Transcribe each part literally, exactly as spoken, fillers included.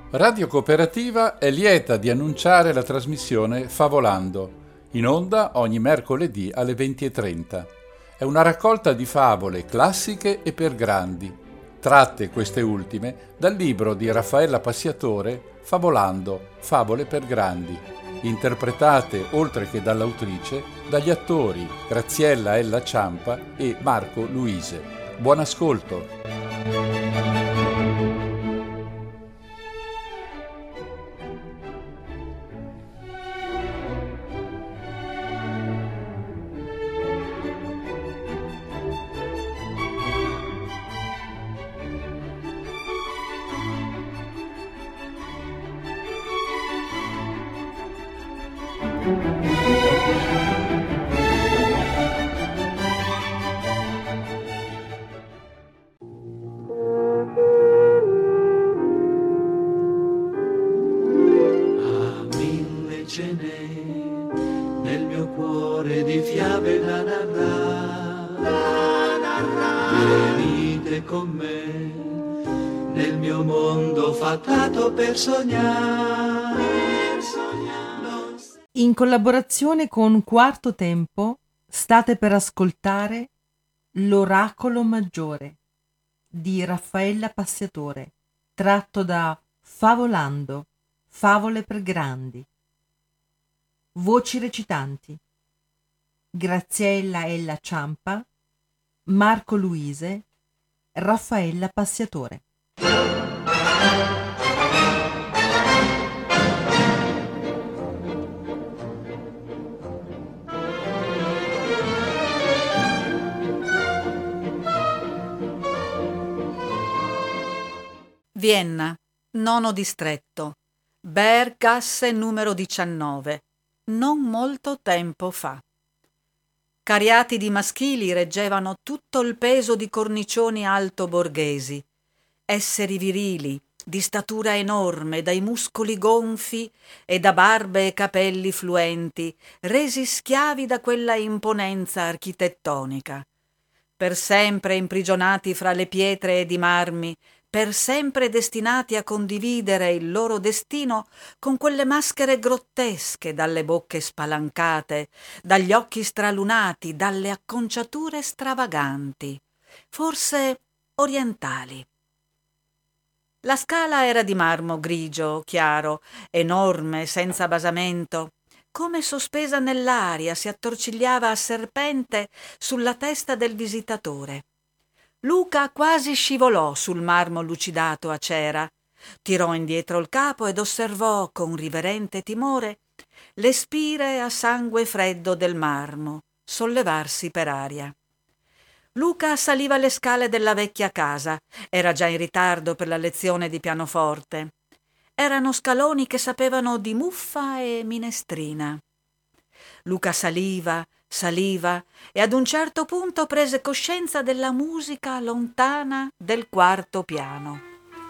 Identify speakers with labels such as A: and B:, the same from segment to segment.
A: Radio Cooperativa è lieta di annunciare la trasmissione Favolando, in onda ogni mercoledì alle venti e trenta. È una raccolta di favole classiche e per grandi, tratte queste ultime dal libro di Raffaella Passiatore Favolando, favole per grandi, interpretate, oltre che dall'autrice, dagli attori Graziella Ella Ciampa e Marco Luise. Buon ascolto!
B: Nel mio cuore di fiabe da narrare, da narrare. Venite con me nel mio mondo fatato per sognare, per sognare.
C: In collaborazione con Quarto Tempo state per ascoltare L'Oracolo Maggiore di Raffaella Passiatore, tratto da Favolando, favole per grandi. Voci recitanti: Graziella Ella Ciampa, Marco Luise, Raffaella Passiatore.
D: Vienna, nono distretto, Berggasse numero diciannove. Non molto tempo fa. Cariati di maschili reggevano tutto il peso di cornicioni alto borghesi, esseri virili, di statura enorme, dai muscoli gonfi e da barbe e capelli fluenti, resi schiavi da quella imponenza architettonica. Per sempre imprigionati fra le pietre ed i marmi, per sempre destinati a condividere il loro destino con quelle maschere grottesche dalle bocche spalancate, dagli occhi stralunati, dalle acconciature stravaganti, forse orientali. La scala era di marmo grigio, chiaro, enorme, senza basamento. Come sospesa nell'aria si attorcigliava a serpente sulla testa del visitatore. Luca quasi scivolò sul marmo lucidato a cera, tirò indietro il capo ed osservò con riverente timore le spire a sangue freddo del marmo sollevarsi per aria. Luca saliva le scale della vecchia casa, era già in ritardo per la lezione di pianoforte. Erano scaloni che sapevano di muffa e minestrina. Luca saliva, saliva e ad un certo punto prese coscienza della musica lontana del quarto piano.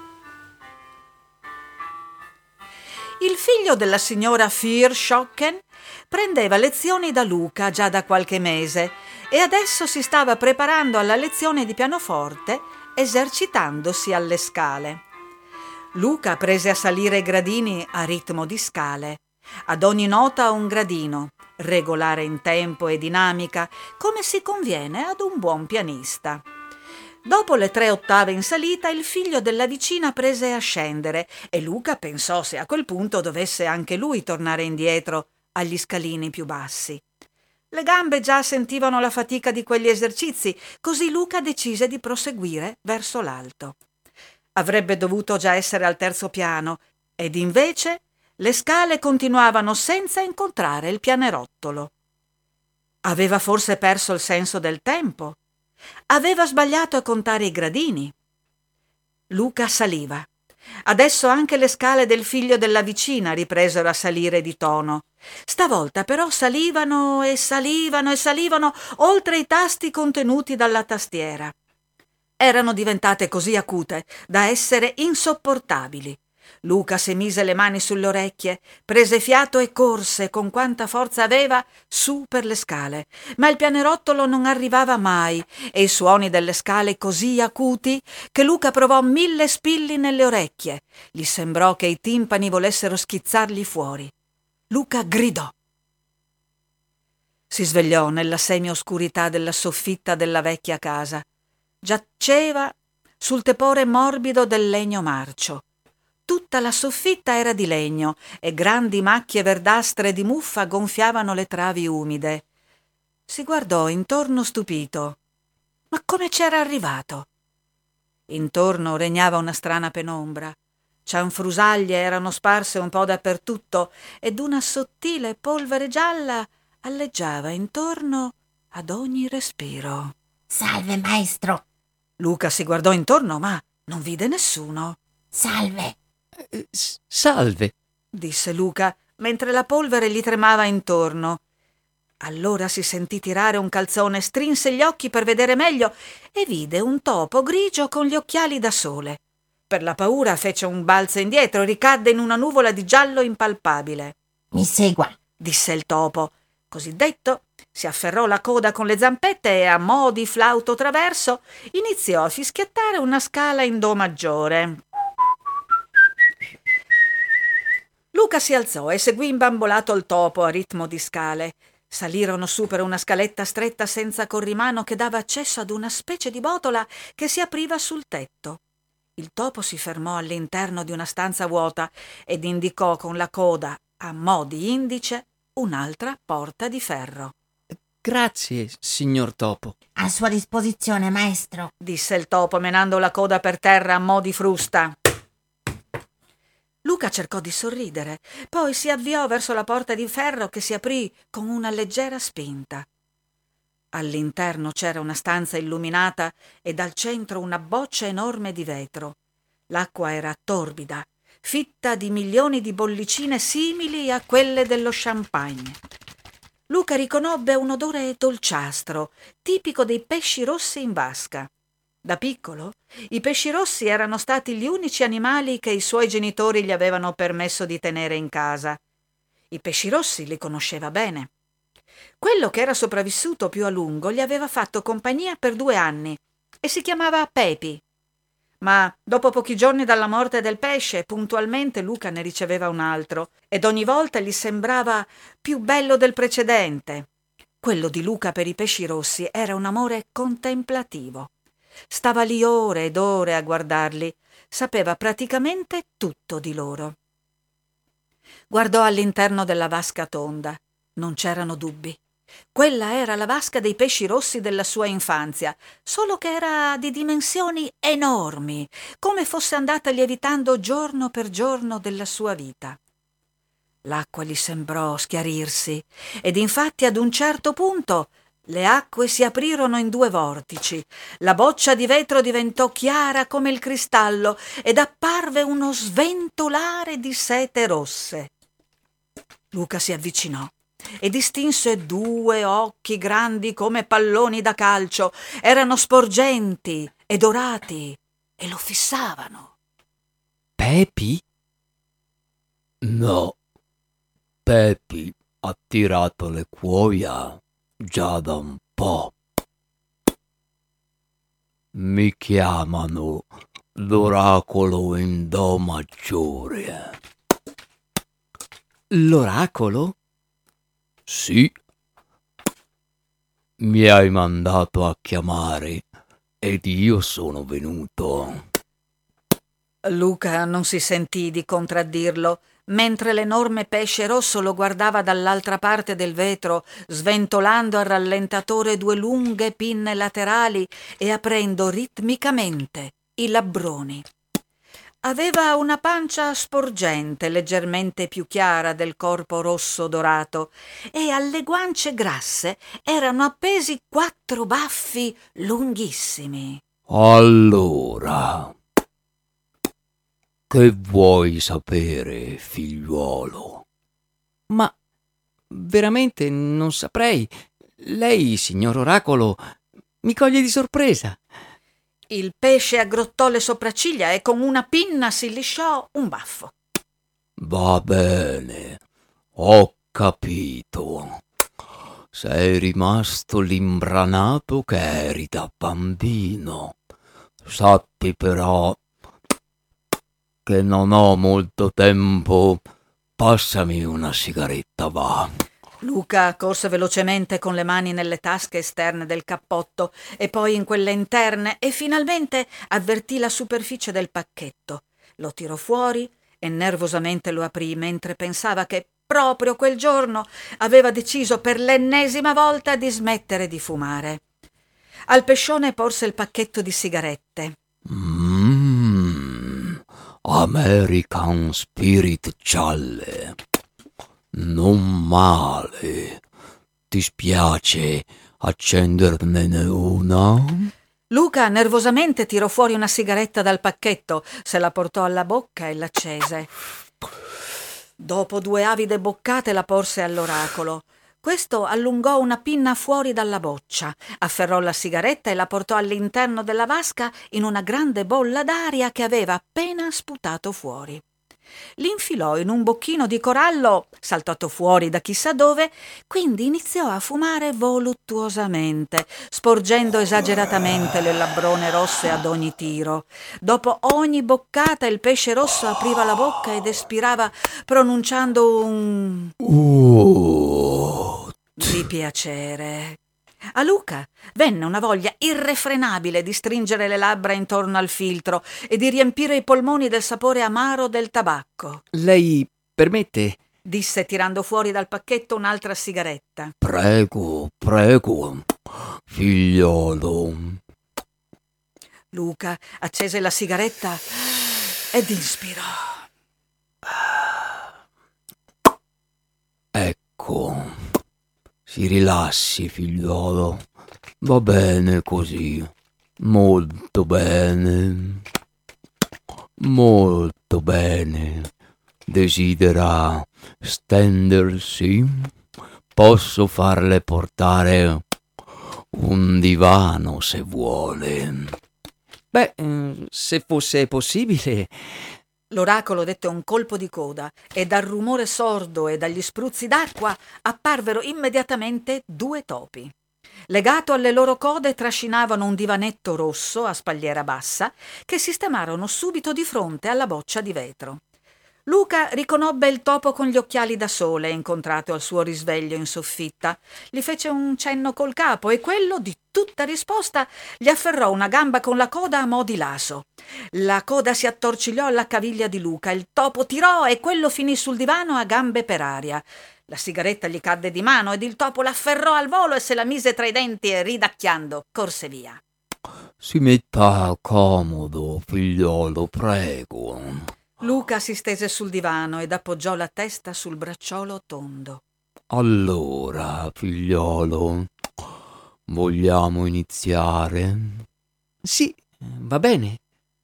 D: Il figlio della signora Virschocken prendeva lezioni da Luca già da qualche mese e adesso si stava preparando alla lezione di pianoforte esercitandosi alle scale. Luca prese a salire i gradini a ritmo di scale. Ad ogni nota un gradino, regolare in tempo e dinamica, come si conviene ad un buon pianista. Dopo le tre ottave in salita, il figlio della vicina prese a scendere e Luca pensò se a quel punto dovesse anche lui tornare indietro agli scalini più bassi. Le gambe già sentivano la fatica di quegli esercizi, così Luca decise di proseguire verso l'alto. Avrebbe dovuto già essere al terzo piano, ed invece le scale continuavano senza incontrare il pianerottolo. Aveva forse perso il senso del tempo? Aveva sbagliato a contare i gradini? Luca saliva. Adesso anche le scale del figlio della vicina ripresero a salire di tono. Stavolta però salivano e salivano e salivano oltre i tasti contenuti dalla tastiera. Erano diventate così acute da essere insopportabili. Luca si mise le mani sulle orecchie, prese fiato e corse con quanta forza aveva su per le scale, ma il pianerottolo non arrivava mai e i suoni delle scale così acuti che Luca provò mille spilli nelle orecchie. Gli sembrò che i timpani volessero schizzargli fuori. Luca gridò. Si svegliò nella semioscurità della soffitta della vecchia casa. Giaceva sul tepore morbido del legno marcio. Tutta la soffitta era di legno e grandi macchie verdastre di muffa gonfiavano le travi umide. Si guardò intorno stupito. Ma come c'era arrivato? Intorno regnava una strana penombra. Cianfrusaglie erano sparse un po' dappertutto ed una sottile polvere gialla alleggiava intorno ad ogni respiro.
E: Salve, maestro.
D: Luca si guardò intorno, ma non vide nessuno.
E: Salve.
F: Eh, salve,
D: disse Luca, mentre la polvere gli tremava intorno. Allora si sentì tirare un calzone, strinse gli occhi per vedere meglio e vide un topo grigio con gli occhiali da sole. Per la paura fece un balzo indietro e ricadde in una nuvola di giallo impalpabile.
E: Mi segua,
D: disse il topo. Così detto, si afferrò la coda con le zampette e a mo' di flauto traverso iniziò a fischiettare una scala in do maggiore. Luca si alzò e seguì imbambolato il topo a ritmo di scale. Salirono su per una scaletta stretta senza corrimano che dava accesso ad una specie di botola che si apriva sul tetto. Il topo si fermò all'interno di una stanza vuota ed indicò con la coda, a mo' di indice, un'altra porta di ferro.
F: grazie, signor topo.
E: a sua disposizione, maestro,
D: disse il topo menando la coda per terra a mo' di frusta. Luca cercò di sorridere, poi si avviò verso la porta di ferro che si aprì con una leggera spinta. All'interno c'era una stanza illuminata e al centro una boccia enorme di vetro. L'acqua era torbida, fitta di milioni di bollicine simili a quelle dello champagne. Luca riconobbe un odore dolciastro, tipico dei pesci rossi in vasca. Da piccolo, i pesci rossi erano stati gli unici animali che i suoi genitori gli avevano permesso di tenere in casa. I pesci rossi li conosceva bene. Quello che era sopravvissuto più a lungo gli aveva fatto compagnia per due anni e si chiamava Pepi. Ma dopo pochi giorni dalla morte del pesce, puntualmente Luca ne riceveva un altro ed ogni volta gli sembrava più bello del precedente. Quello di Luca per i pesci rossi era un amore contemplativo. Stava lì ore ed ore a guardarli, sapeva praticamente tutto di loro. Guardò all'interno della vasca tonda. Non c'erano dubbi. Quella era la vasca dei pesci rossi della sua infanzia, solo che era di dimensioni enormi, come fosse andata lievitando giorno per giorno della sua vita. L'acqua gli sembrò schiarirsi ed infatti ad un certo punto le acque si aprirono in due vortici, la boccia di vetro diventò chiara come il cristallo ed apparve uno sventolare di sete rosse. Luca si avvicinò e distinse due occhi grandi come palloni da calcio. Erano sporgenti e dorati e lo fissavano.
F: Pepi?
G: No, Pepi ha tirato le cuoia già da un po'. Mi chiamano l'oracolo in do maggiore.
F: L'oracolo?
G: Sì. Mi hai mandato a chiamare ed io sono venuto.
D: Luca non si sentì di contraddirlo, mentre l'enorme pesce rosso lo guardava dall'altra parte del vetro, sventolando al rallentatore due lunghe pinne laterali e aprendo ritmicamente i labbroni. Aveva una pancia sporgente, leggermente più chiara del corpo rosso dorato, e alle guance grasse erano appesi quattro baffi lunghissimi.
G: Allora, che vuoi sapere, figliuolo?
F: Ma veramente non saprei. Lei, signor oracolo, mi coglie di sorpresa.
D: Il pesce aggrottò le sopracciglia e con una pinna si lisciò un baffo.
G: Va bene, ho capito. Sei rimasto l'imbranato che eri da bambino. Sappi però che non ho molto tempo. Passami una sigaretta, va.
D: Luca corse velocemente con le mani nelle tasche esterne del cappotto e poi in quelle interne e finalmente avvertì la superficie del pacchetto. Lo tirò fuori e nervosamente lo aprì mentre pensava che proprio quel giorno aveva deciso per l'ennesima volta di smettere di fumare. Al pescione porse il pacchetto di sigarette.
G: Mmm, American Spirit gialle. Non male. Ti spiace accenderne una?
D: Luca nervosamente tirò fuori una sigaretta dal pacchetto, se la portò alla bocca e l'accese. Dopo due avide boccate la porse all'oracolo. Questo allungò una pinna fuori dalla boccia, afferrò la sigaretta e la portò all'interno della vasca in una grande bolla d'aria che aveva appena sputato fuori. L'infilò in un bocchino di corallo saltato fuori da chissà dove, quindi iniziò a fumare voluttuosamente, sporgendo esageratamente le labbrone rosse ad ogni tiro. Dopo ogni boccata il pesce rosso apriva la bocca ed espirava pronunciando un
G: Uh,
D: di piacere. A Luca venne una voglia irrefrenabile di stringere le labbra intorno al filtro e di riempire i polmoni del sapore amaro del tabacco.
F: Lei permette?
D: Disse tirando fuori dal pacchetto un'altra sigaretta.
G: prego, prego, figliolo.
D: Luca accese la sigaretta ed inspirò.
G: Ecco, si rilassi, figliolo. Va bene così. Molto bene. Molto bene. Desidera stendersi? Posso farle portare un divano se vuole.
F: Beh, eh, se fosse possibile.
D: L'oracolo dette un colpo di coda e dal rumore sordo e dagli spruzzi d'acqua apparvero immediatamente due topi. Legato alle loro code trascinavano un divanetto rosso a spalliera bassa che sistemarono subito di fronte alla boccia di vetro. Luca riconobbe il topo con gli occhiali da sole incontrato al suo risveglio in soffitta. Gli fece un cenno col capo e quello, di tutta risposta, gli afferrò una gamba con la coda a mo' di laso. La coda si attorcigliò alla caviglia di Luca, il topo tirò e quello finì sul divano a gambe per aria. La sigaretta gli cadde di mano ed il topo l'afferrò al volo e se la mise tra i denti e ridacchiando corse via.
G: Si metta comodo, figliolo, prego.
D: Luca si stese sul divano ed appoggiò la testa sul bracciolo tondo.
G: Allora, figliolo, vogliamo iniziare?
F: Sì, va bene.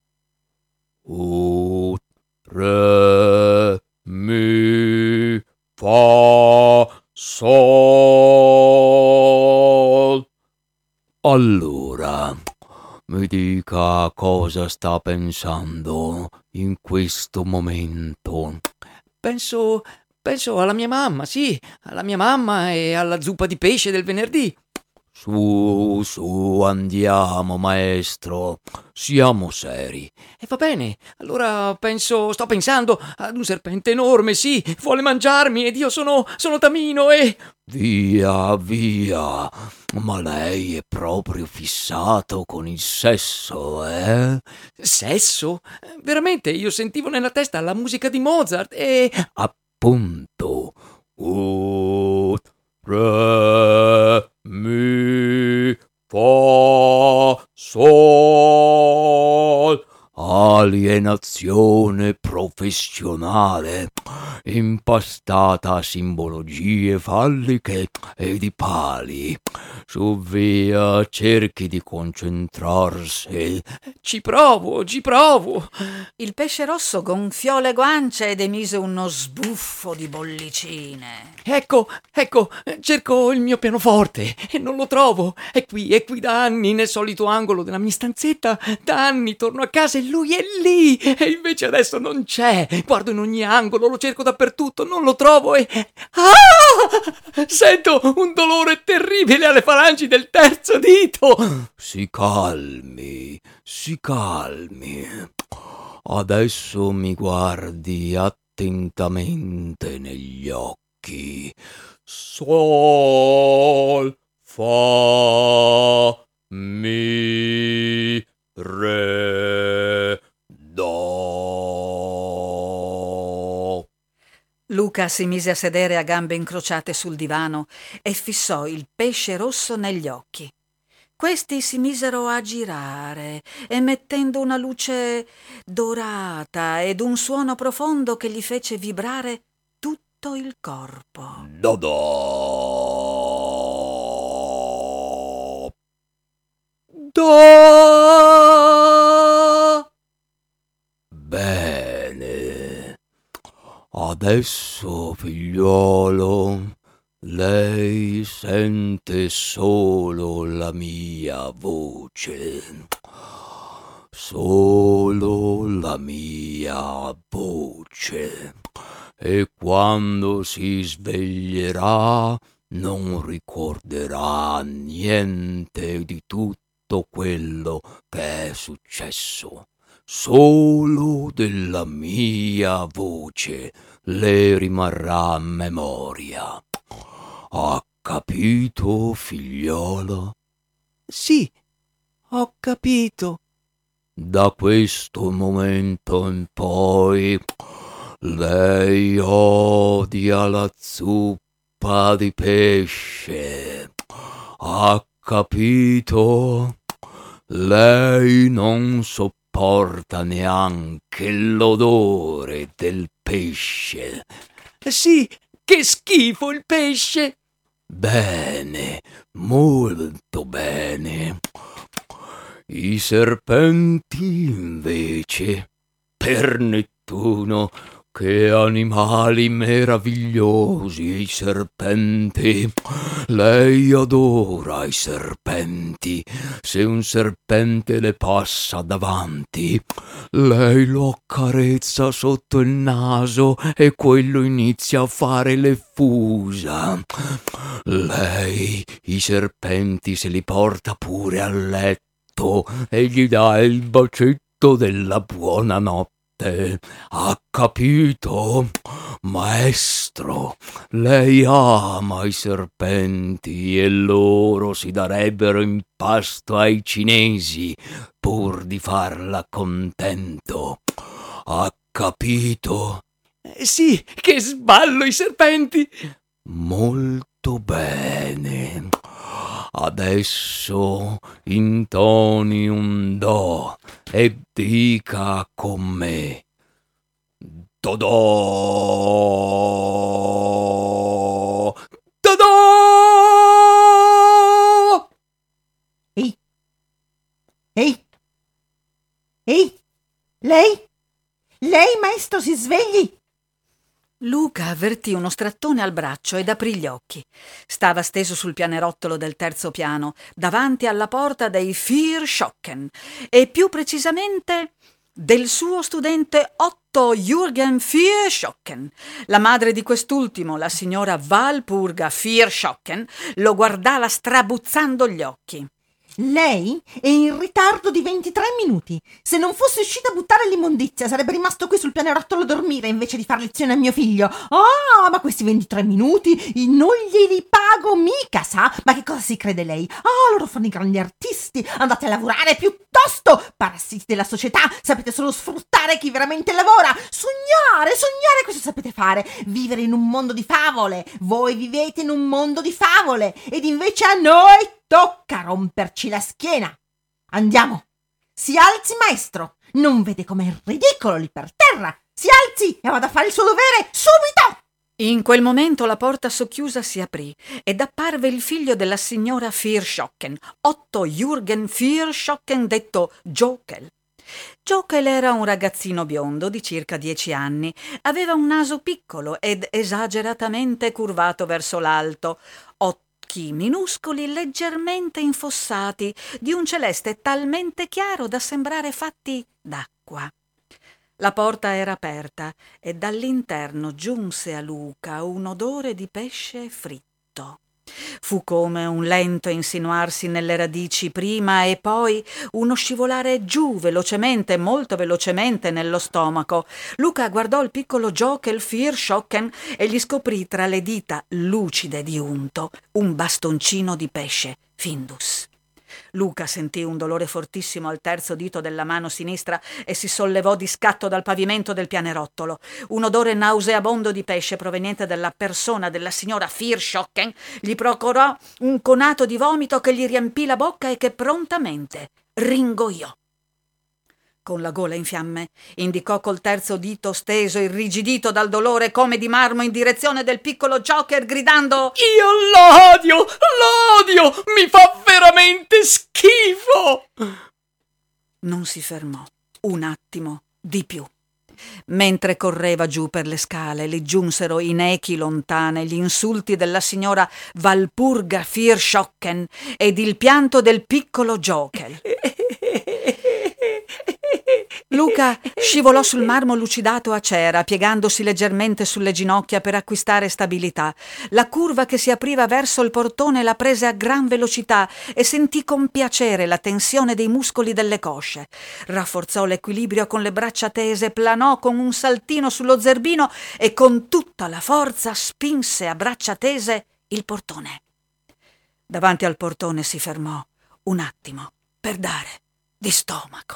G: U, re, mi, fa, sol. Allora, mi dica cosa sta pensando in questo momento.
F: Penso, penso alla mia mamma, sì, alla mia mamma e alla zuppa di pesce del venerdì.
G: Su, su, andiamo, maestro. Siamo seri.
F: E va bene, allora penso, sto pensando ad un serpente enorme, sì, vuole mangiarmi ed io sono, sono Tamino e...
G: Via, via. Ma lei è proprio fissato con il sesso, eh?
F: Sesso? Veramente, io sentivo nella testa la musica di Mozart e...
G: Appunto. U, re, mi, fa, sol. alienazione professionale impastata a simbologie falliche e di pali. Su via, cerchi di concentrarsi.
F: Ci provo, ci provo.
D: Il pesce rosso gonfiò le guance ed emise uno sbuffo di bollicine.
F: Ecco, ecco, cerco il mio pianoforte e non lo trovo. È qui, è qui da anni, nel solito angolo della mia stanzetta. Da anni torno a casa e lui è lì. E invece adesso non c'è. Guardo in ogni angolo, lo cerco dappertutto, non lo trovo e... Ah! Sento un dolore terribile alle falangi del terzo dito.
G: Si calmi, si calmi. Adesso mi guardi attentamente negli occhi. Sol, fa, mi, re, do.
D: Luca si mise a sedere a gambe incrociate sul divano e fissò il pesce rosso negli occhi. Questi si misero a girare, emettendo una luce dorata ed un suono profondo che gli fece vibrare tutto il corpo.
G: Do-do.
F: Do.
G: Bene. Adesso, figliuolo, lei sente solo la mia voce. Solo la mia voce. E quando si sveglierà non ricorderà niente di tutto quello che è successo. Solo della mia voce le rimarrà memoria. Ha capito, figliolo?
F: Sì, ho capito.
G: Da questo momento in poi lei odia la zuppa di pesce. Ha capito? Lei non sopporta neanche l'odore del pesce.
F: Sì, che schifo il pesce.
G: Bene, molto bene. I serpenti, invece, per Nettuno, che animali meravigliosi i serpenti. Lei adora i serpenti. Se un serpente le passa davanti, lei lo accarezza sotto il naso e quello inizia a fare le fusa. Lei i serpenti se li porta pure a letto e gli dà il bacetto della buonanotte. Ha capito? Maestro, lei ama i serpenti e loro si darebbero in pasto ai cinesi pur di farla contento. Ha capito?
F: Sì, che sballo i serpenti.
G: Molto bene. Adesso intoni un do e dica con me. Do-do!
F: Do-do!
C: Ehi! Ehi! Ehi! Lei? Lei, maestro, si svegli!
D: Luca avvertì uno strattone al braccio ed aprì gli occhi. Stava steso sul pianerottolo del terzo piano, davanti alla porta dei Vier Schocken, e più precisamente del suo studente Otto Jürgen Vier Schocken. La madre di quest'ultimo, la signora Walpurga Vier Schocken, lo guardava strabuzzando gli occhi.
C: Lei è in ritardo di ventitré minuti. Se non fosse uscita a buttare l'immondizia, sarebbe rimasto qui sul pianerottolo a dormire invece di far lezione a mio figlio. Ah, ma questi ventitré minuti non glieli pago mica, sa? Ma che cosa si crede lei? Ah, loro fanno i grandi artisti. Andate a lavorare piuttosto, parassiti della società. Sapete solo sfruttare chi veramente lavora. Sognare, sognare, questo sapete fare. Vivere in un mondo di favole. Voi vivete in un mondo di favole ed invece a noi tocca romperci la schiena. Andiamo. Si alzi, maestro! Non vede com'è ridicolo lì per terra! Si alzi e vada a fare il suo dovere subito!
D: In quel momento la porta socchiusa si aprì ed apparve il figlio della signora Virschocken, Otto Jürgen Virschocken, detto Jokel. Jokel era un ragazzino biondo di circa dieci anni. Aveva un naso piccolo ed esageratamente curvato verso l'alto, occhi minuscoli leggermente infossati, di un celeste talmente chiaro da sembrare fatti d'acqua. La porta era aperta e dall'interno giunse a Luca un odore di pesce fritto. Fu come un lento insinuarsi nelle radici prima e poi uno scivolare giù velocemente, molto velocemente nello stomaco. Luca guardò il piccolo Jokel Virschocken e gli scoprì tra le dita lucide di unto un bastoncino di pesce Findus. Luca sentì un dolore fortissimo al terzo dito della mano sinistra e si sollevò di scatto dal pavimento del pianerottolo. Un odore nauseabondo di pesce proveniente dalla persona della signora Virschocken gli procurò un conato di vomito che gli riempì la bocca e che prontamente ringoiò. Con la gola in fiamme, indicò col terzo dito steso, irrigidito dal dolore come di marmo, in direzione del piccolo Joker, gridando:
F: «Io l'odio! L'odio! Mi fa veramente schifo!»
D: Non si fermò un attimo di più. Mentre correva giù per le scale, le giunsero in echi lontane gli insulti della signora Walpurga Virschocken ed il pianto del piccolo Jokel. Luca scivolò sul marmo lucidato a cera, piegandosi leggermente sulle ginocchia per acquistare stabilità. La curva che si apriva verso il portone la prese a gran velocità e sentì con piacere la tensione dei muscoli delle cosce. Rafforzò l'equilibrio con le braccia tese, planò con un saltino sullo zerbino e con tutta la forza spinse a braccia tese il portone. Davanti al portone si fermò un attimo per dare di stomaco.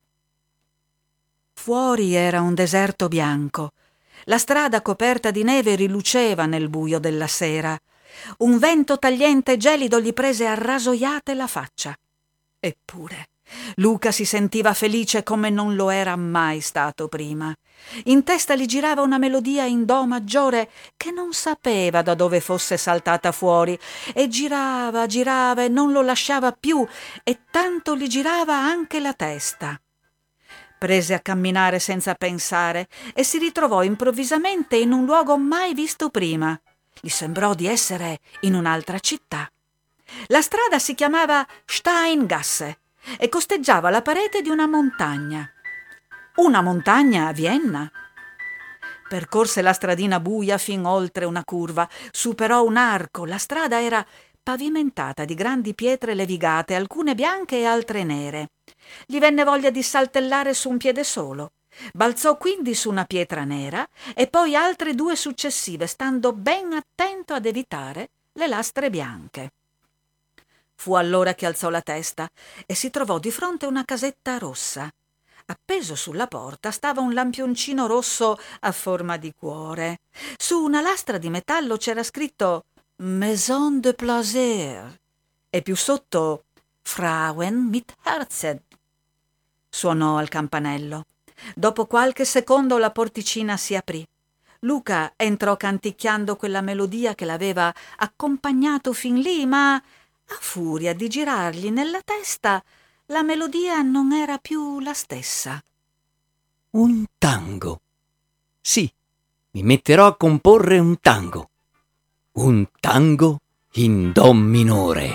D: Fuori era un deserto bianco. La strada coperta di neve riluceva nel buio della sera. Un vento tagliente e gelido gli prese a rasoiate la faccia. Eppure Luca si sentiva felice come non lo era mai stato prima. In testa gli girava una melodia in do maggiore che non sapeva da dove fosse saltata fuori, e girava, girava e non lo lasciava più, e tanto gli girava anche la testa. Prese a camminare senza pensare e si ritrovò improvvisamente in un luogo mai visto prima. Gli sembrò di essere in un'altra città. La strada si chiamava Steingasse e costeggiava la parete di una montagna. Una montagna a Vienna. Percorse la stradina buia fin oltre una curva, superò un arco. La strada era pavimentata di grandi pietre levigate, alcune bianche e altre nere. Gli venne voglia di saltellare su un piede solo. Balzò quindi su una pietra nera e poi altre due successive, stando ben attento ad evitare le lastre bianche. Fu allora che alzò la testa e si trovò di fronte a una casetta rossa. Appeso sulla porta stava un lampioncino rosso a forma di cuore. Su una lastra di metallo c'era scritto Maison de Plaisir e più sotto Frauen mit Herzen. Suonò al campanello. Dopo qualche secondo la porticina si aprì. Luca entrò canticchiando quella melodia che l'aveva accompagnato fin lì, ma a furia di girargli nella testa la melodia non era più la stessa.
F: Un tango. Sì, mi metterò a comporre un tango. Un tango in do minore.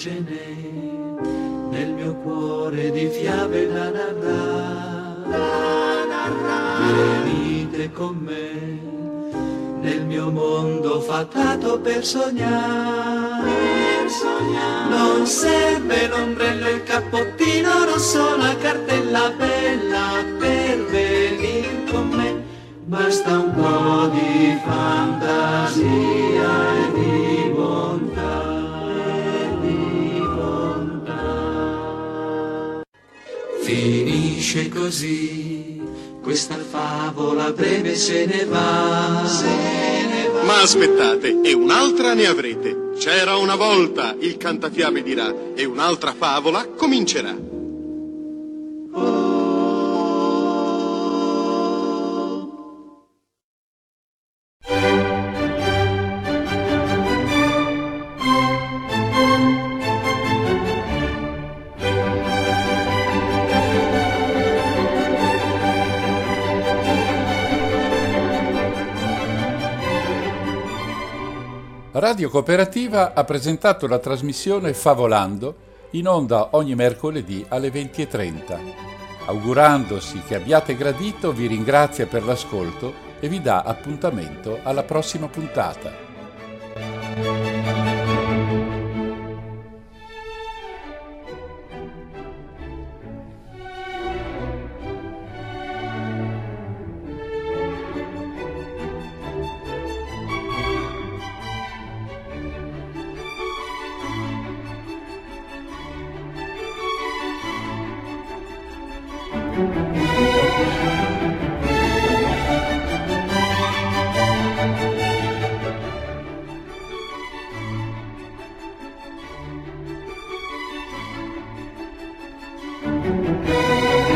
B: ce n'è nel mio cuore di fiabe da narrare, da narrare. Venite con me nel mio mondo fatato per sognare, per sognare. Non serve l'ombrello, il cappottino rosso, la cartella bella per venire con me. Basta un po' di fantasia e di bontà, e di bontà. Finisce così, questa favola breve se ne va, se ne va.
H: Ma aspettate, e un'altra ne avrete. C'era una volta, il cantafiabe dirà, e un'altra favola comincerà.
A: Radio Cooperativa ha presentato la trasmissione Favolando, in onda ogni mercoledì alle venti e trenta. Augurandosi che abbiate gradito, vi ringrazia per l'ascolto e vi dà appuntamento alla prossima puntata.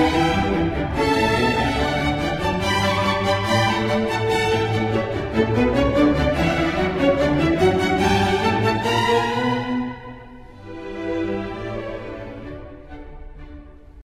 B: Thank you.